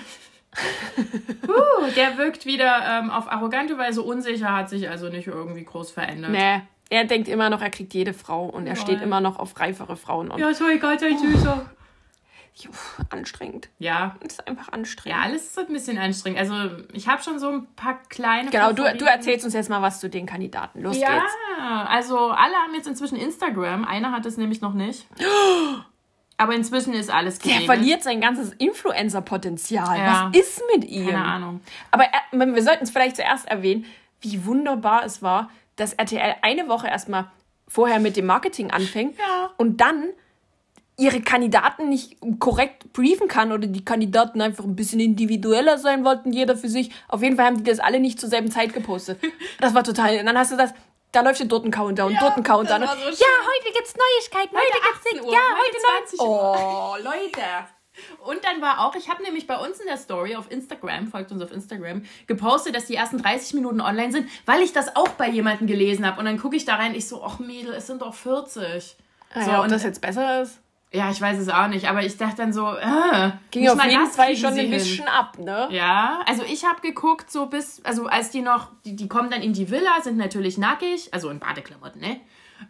Der wirkt wieder auf arrogante Weise unsicher, hat sich also nicht irgendwie groß verändert. Nee, er denkt immer noch, er kriegt jede Frau und er steht immer noch auf reifere Frauen. Und Ja, sorry, Gott, ein Süßer. anstrengend. Ja. Das ist einfach anstrengend. Ja, alles ist ein bisschen anstrengend. Also, ich habe schon so ein paar kleine Genau, du Favoriten. erzählst uns jetzt mal was zu den Kandidaten. Los Ja, geht's. also alle haben jetzt inzwischen Instagram. Einer hat es nämlich noch nicht. Aber inzwischen ist alles Der geregelt. verliert sein ganzes Influencer-Potenzial. Ja. Was ist mit ihm? Keine Ahnung. Aber wir sollten es vielleicht zuerst erwähnen, wie wunderbar es war, dass RTL eine Woche erstmal vorher mit dem Marketing anfängt und dann ihre Kandidaten nicht korrekt briefen kann oder die Kandidaten einfach ein bisschen individueller sein wollten, jeder für sich. Auf jeden Fall haben die das alle nicht zur selben Zeit gepostet. Das war total... Und dann hast du das... Da läuft dort ein Countdown, dort ein Countdown. das war so Ja, schön. heute gibt's Neuigkeiten, heute gibt's... 18 Uhr, Ja, heute 20 Uhr. Oh, Leute. Und dann war auch, ich habe nämlich bei uns in der Story auf Instagram, folgt uns auf Instagram, gepostet, dass die ersten 30 Minuten online sind, weil ich das auch bei jemandem gelesen habe. Und dann gucke ich da rein, ich so, ach Mädel, es sind doch 40. So, Ja, und das jetzt besser ist? Ja, ich weiß es auch nicht, aber ich dachte dann so, Ging nicht auf mal jeden das Fall kriegen schon sie ein hin. bisschen ab, ne? Ja, also ich habe geguckt, so bis, also als die noch, die kommen dann in die Villa, sind natürlich nackig, also in Badeklamotten, ne?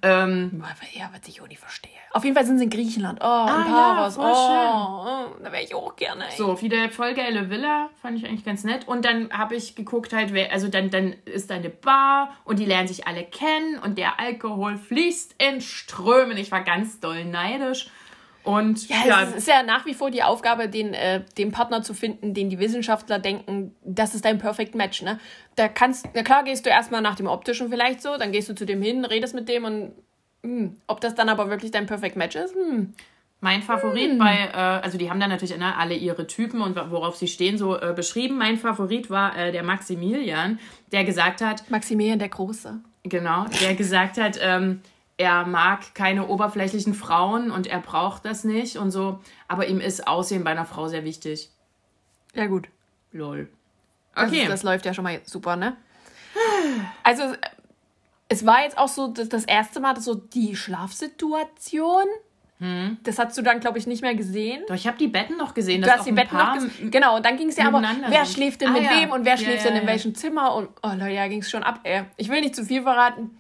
Ja, was ich auch nicht verstehe. Auf jeden Fall sind sie in Griechenland. Oh, in ja, Paros. voll Da wäre ich auch gerne. Ey. So, wieder voll geile Villa, fand ich eigentlich ganz nett. Und dann habe ich geguckt halt, also dann ist da eine Bar und die lernen sich alle kennen und der Alkohol fließt in Strömen. Ich war ganz doll neidisch. Und Ja, es ist ja nach wie vor die Aufgabe, den Partner zu finden, den die Wissenschaftler denken, das ist dein Perfect Match, ne? Na klar gehst du erstmal nach dem Optischen vielleicht so, dann gehst du zu dem hin, redest mit dem und ob das dann aber wirklich dein Perfect Match ist, mein Favorit also die haben dann natürlich alle ihre Typen und worauf sie stehen so beschrieben. Mein Favorit war der Maximilian, der gesagt hat... Maximilian der Große. Genau, der gesagt hat, er mag keine oberflächlichen Frauen und er braucht das nicht und so. Aber ihm ist Aussehen bei einer Frau sehr wichtig. Ja gut. Lol. Okay. Das läuft ja schon mal super, ne? Also es war jetzt auch so das erste Mal so die Schlafsituation. Das hast du dann, glaube ich, nicht mehr gesehen. Doch, ich habe die Betten noch gesehen. Du hast die Betten noch gesehen. Genau, und dann ging es ja aber, wer schläft denn mit wem und wer schläft denn in welchem Zimmer? Und oh Leute, da ging es schon ab, ey. Ich will nicht zu viel verraten.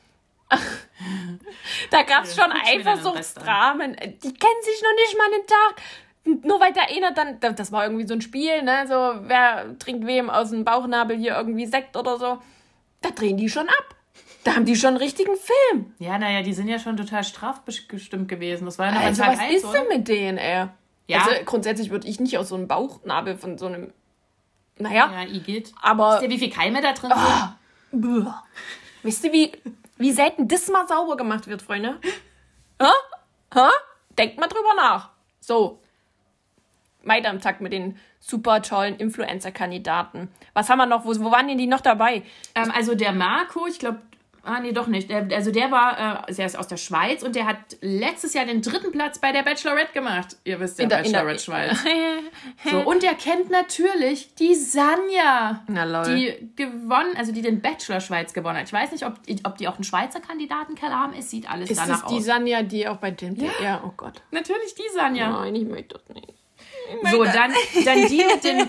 Da gab es schon Eifersuchtsdramen. Die kennen sich noch nicht mal einen Tag. Nur weil der eine dann, das war irgendwie so ein Spiel, ne, so, wer trinkt wem aus dem Bauchnabel hier irgendwie Sekt oder so. Da drehen die schon ab. Da haben die schon einen richtigen Film. Ja, naja, die sind ja schon total strafbestimmt gewesen. Das war ja noch Also Tag was 1, ist oder? denn mit denen, ey? Ja. Also grundsätzlich würde ich nicht aus so einem Bauchnabel von so einem, naja. Ja, Igitt. Aber... Wisst ihr, wie viel Keime da drin sind? Wisst ihr, wie selten das mal sauber gemacht wird, Freunde? Denkt mal drüber nach. So. Weiter am Tag mit den super tollen Influencer-Kandidaten. Was haben wir noch? Wo waren denn die noch dabei? Also der Marco, ich glaube, Nee, doch nicht. Der war, der ist aus der Schweiz und der hat letztes Jahr den 3. Platz bei der Bachelorette gemacht. Ihr wisst ja, Bachelorette Schweiz. So, und er kennt natürlich die Sanja, die gewonnen, also die den Bachelor Schweiz gewonnen hat. Ich weiß nicht, ob die auch einen Schweizer Kandidatenkeller haben. Es sieht alles danach aus. Ist es die Sanja, die auch bei dem... Ja, oh Gott. Natürlich die Sanja. Nein, ich möchte das nicht. So, dann die mit den...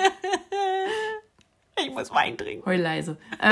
Ich muss Wein trinken. Heul leise.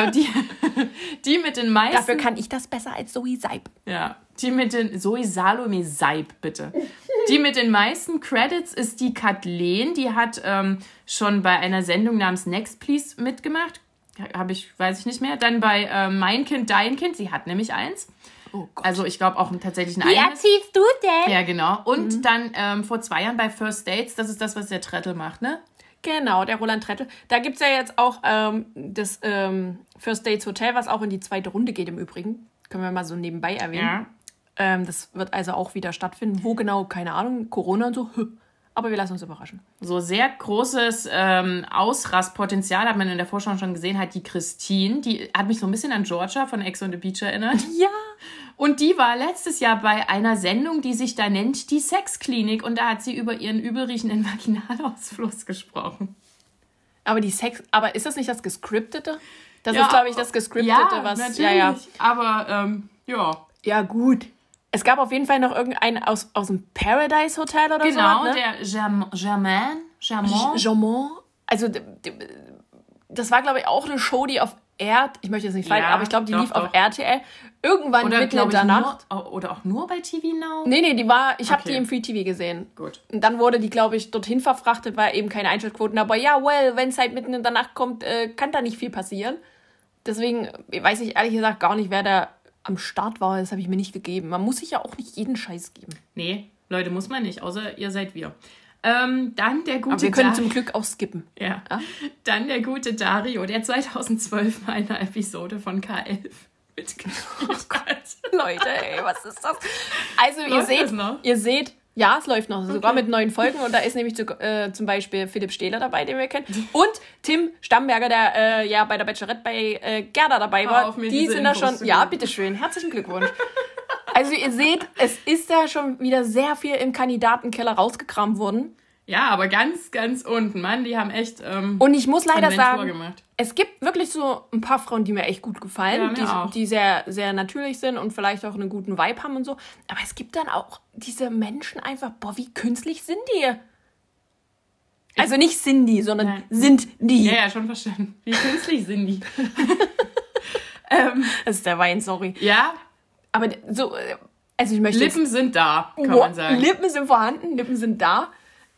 Die mit den meisten... Dafür kann ich das besser als Zoe Seib. Ja, die mit den... Zoe Salome Seib, bitte. Die mit den meisten Credits ist die Kathleen. Die hat schon bei einer Sendung namens Next Please mitgemacht. Weiß ich nicht mehr. Dann bei Mein Kind, Dein Kind. Sie hat nämlich eins. Oh Gott. Also ich glaube auch tatsächlich ein eigenes. Wie erziehst du denn? Ja, genau. Und dann vor 2 Jahren bei First Dates. Das ist das, was der Trettel macht, ne? Genau, der Roland Trettel. Da gibt es ja jetzt auch das First Dates Hotel, was auch in die 2. Runde geht im Übrigen. Können wir mal so nebenbei erwähnen. Ja. Das wird also auch wieder stattfinden. Wo genau, keine Ahnung, Corona und so. Aber wir lassen uns überraschen. So sehr großes Ausrastpotenzial hat man in der Vorschau schon gesehen, hat die Christine. Die hat mich so ein bisschen an Georgia von Ex on the Beach erinnert. Ja. Und die war letztes Jahr bei einer Sendung, die sich da nennt die Sexklinik. Und da hat sie über ihren übelriechenden Vaginalausfluss gesprochen. Aber ist das nicht das Gescriptete? Das ist, glaube ich, das Gescriptete, was... Natürlich. Ja. Aber, ja. Ja, gut. Es gab auf jeden Fall noch irgendeinen aus dem Paradise Hotel oder so. Genau, ne? Der Germain. Also, das war, glaube ich, auch eine Show, die auf ich möchte jetzt nicht falsch, aber ich glaube, die lief auf RTL. Irgendwann mitten in der Nacht. Oder auch nur bei TV Now? Nee, ich habe die im Free TV gesehen. Gut. Und dann wurde die, glaube ich, dorthin verfrachtet, weil eben keine Einschaltquoten. Aber ja, wenn es halt mitten in der Nacht kommt, kann da nicht viel passieren. Deswegen weiß ich ehrlich gesagt gar nicht, wer da am Start war. Das habe ich mir nicht gegeben. Man muss sich ja auch nicht jeden Scheiß geben. Nee, Leute, muss man nicht, außer ihr seid wir. Dann der gute Aber wir können zum Glück auch skippen. Ja. Dann der gute Dario, der 2012 bei einer Episode von K11 mitgespielt hat. Oh Gott, Leute, ey, was ist das? Also ihr seht, ja, es läuft noch, sogar mit 9 Folgen. Und da ist nämlich zum Beispiel Philipp Stehler dabei, den wir kennen. Und Tim Stamberger, der bei der Bachelorette bei Gerda dabei war. Die sind da schon, ja, bitteschön, herzlichen Glückwunsch. Also ihr seht, es ist da schon wieder sehr viel im Kandidatenkeller rausgekramt worden. Ja, aber ganz, ganz unten, Mann, die haben echt und ich muss leider sagen, gemacht. Es gibt wirklich so ein paar Frauen, die mir echt gut gefallen, die sehr, sehr natürlich sind und vielleicht auch einen guten Vibe haben und so. Aber es gibt dann auch diese Menschen einfach, wie künstlich sind die? Also nicht sind die, sondern sind die. Ja, schon verstanden. Wie künstlich sind die? Das ist der Wein, sorry. Ja. Aber so, also ich möchte... Lippen sind da, kann man sagen. Lippen sind vorhanden, Lippen sind da.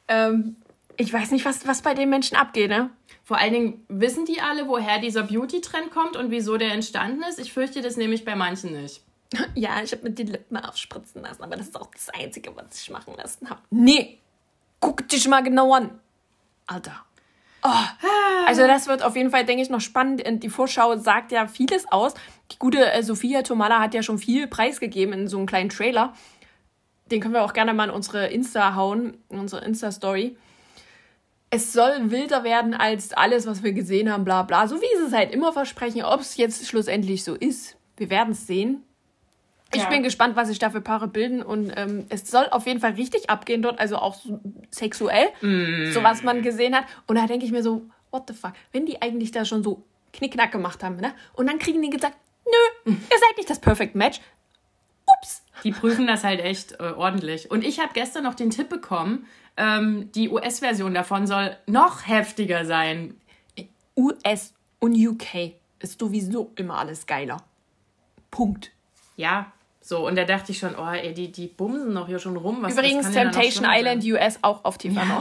Ich weiß nicht, was bei den Menschen abgeht, ne? Vor allen Dingen, wissen die alle, woher dieser Beauty-Trend kommt und wieso der entstanden ist? Ich fürchte das nämlich bei manchen nicht. Ja, ich habe mir die Lippen aufspritzen lassen, aber das ist auch das Einzige, was ich machen lassen habe. Nee, guck dich mal genau an. Alter. Oh. Also das wird auf jeden Fall, denke ich, noch spannend. Die Vorschau sagt ja vieles aus. Die gute Sophia Tomala hat ja schon viel preisgegeben in so einem kleinen Trailer. Den können wir auch gerne mal in unsere Insta hauen, in unsere Insta-Story. Es soll wilder werden als alles, was wir gesehen haben, bla bla. So wie sie es halt immer versprechen. Ob es jetzt schlussendlich so ist, wir werden es sehen. Ich bin gespannt, was sich da für Paare bilden. Und es soll auf jeden Fall richtig abgehen dort, also auch so sexuell, so was man gesehen hat. Und da denke ich mir so, what the fuck, wenn die eigentlich da schon so Knickknack gemacht haben, ne? Und dann kriegen die gesagt, nö, ihr seid nicht das Perfect Match. Ups. Die prüfen das halt echt ordentlich. Und ich habe gestern noch den Tipp bekommen, die US-Version davon soll noch heftiger sein. US und UK ist sowieso immer alles geiler. Punkt. Ja, so. Und da dachte ich schon, oh, ey, die bumsen noch hier schon rum. Übrigens Temptation Island US auch auf TV noch.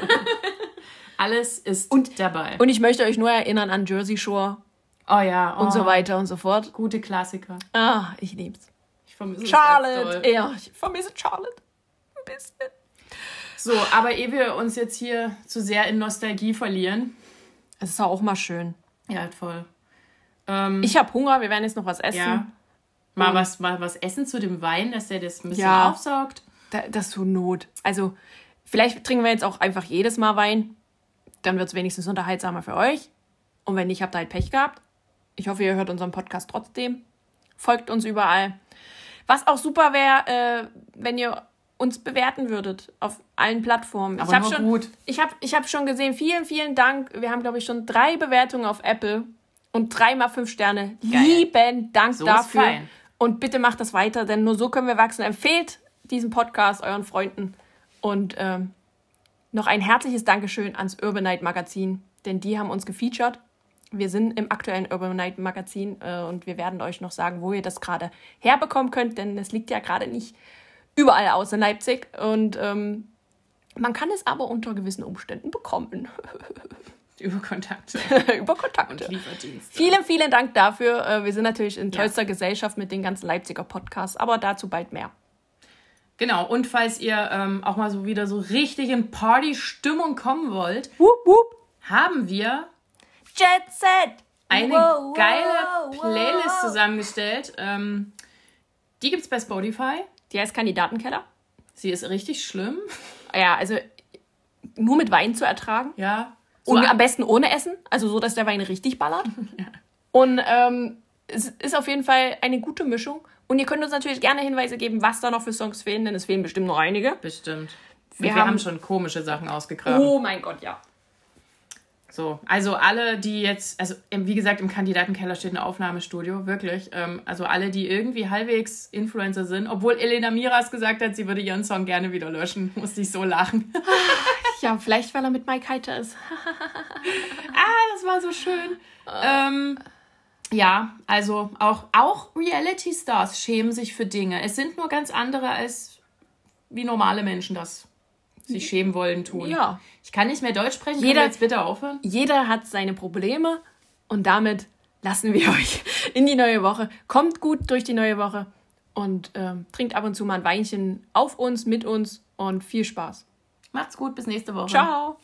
Alles ist dabei. Und ich möchte euch nur erinnern an Jersey Shore. Oh ja. Und so weiter und so fort. Gute Klassiker. Ah, ich lieb's. Ich vermisse Charlotte. Ja, ich vermisse Charlotte. Ein bisschen. So, aber ehe wir uns jetzt hier zu sehr in Nostalgie verlieren. Es ist auch mal schön. Ja, voll. Ich habe Hunger, wir werden jetzt noch was essen. Ja. Mal was essen zu dem Wein, dass der das ein bisschen aufsaugt. Das tut Not. Also, vielleicht trinken wir jetzt auch einfach jedes Mal Wein. Dann wird es wenigstens unterhaltsamer für euch. Und wenn nicht, habt ihr halt Pech gehabt. Ich hoffe, ihr hört unseren Podcast trotzdem. folgt uns überall. Was auch super wäre, wenn ihr uns bewerten würdet auf allen Plattformen. Aber nur gut. Ich hab schon gesehen, vielen, vielen Dank. Wir haben, glaube ich, schon 3 Bewertungen auf Apple und 3 mal 5 Sterne. Geil. Lieben Dank So dafür. ist fein. Und bitte macht das weiter, denn nur so können wir wachsen. Empfehlt diesen Podcast euren Freunden. Und noch ein herzliches Dankeschön ans Urban Night Magazin, denn die haben uns gefeatured. Wir sind im aktuellen Urban Night Magazin und wir werden euch noch sagen, wo ihr das gerade herbekommen könnt, denn es liegt ja gerade nicht überall außer Leipzig. Und man kann es aber unter gewissen Umständen bekommen. Über Kontakte. Über Kontakte. Und Lieferdienste. Vielen, vielen Dank dafür. Wir sind natürlich in tollster Gesellschaft mit den ganzen Leipziger Podcasts, aber dazu bald mehr. Genau, und falls ihr auch mal so wieder so richtig in Party-Stimmung kommen wollt, Wupp, wupp. haben wir Jet Set. eine Wow, geile wow, Playlist wow. zusammengestellt. Die gibt's bei Spotify. Die heißt Kandidatenkeller. Sie ist richtig schlimm. Ja, also nur mit Wein zu ertragen. Ja. Und am besten ohne Essen, also so, dass der Wein richtig ballert. Ja. Und es ist auf jeden Fall eine gute Mischung. Und ihr könnt uns natürlich gerne Hinweise geben, was da noch für Songs fehlen, denn es fehlen bestimmt noch einige. Bestimmt. Wir Wir haben haben schon komische Sachen ausgegraben. Oh mein Gott, ja. So, also alle, die jetzt, also wie gesagt, im Kandidatenkeller steht ein Aufnahmestudio, wirklich. Also alle, die irgendwie halbwegs Influencer sind, obwohl Elena Miras gesagt hat, sie würde ihren Song gerne wieder löschen, musste ich so lachen. Ja, vielleicht, weil er mit Mike Heiter ist. Das war so schön. Ja, also auch Reality-Stars schämen sich für Dinge. Es sind nur ganz andere, als wie normale Menschen das sich schämen wollen, tun. Ja. Ich kann nicht mehr Deutsch sprechen, können wir jetzt bitte aufhören? Jeder hat seine Probleme und damit lassen wir euch in die neue Woche. Kommt gut durch die neue Woche und trinkt ab und zu mal ein Weinchen auf uns, mit uns und viel Spaß. Macht's gut, bis nächste Woche. Ciao.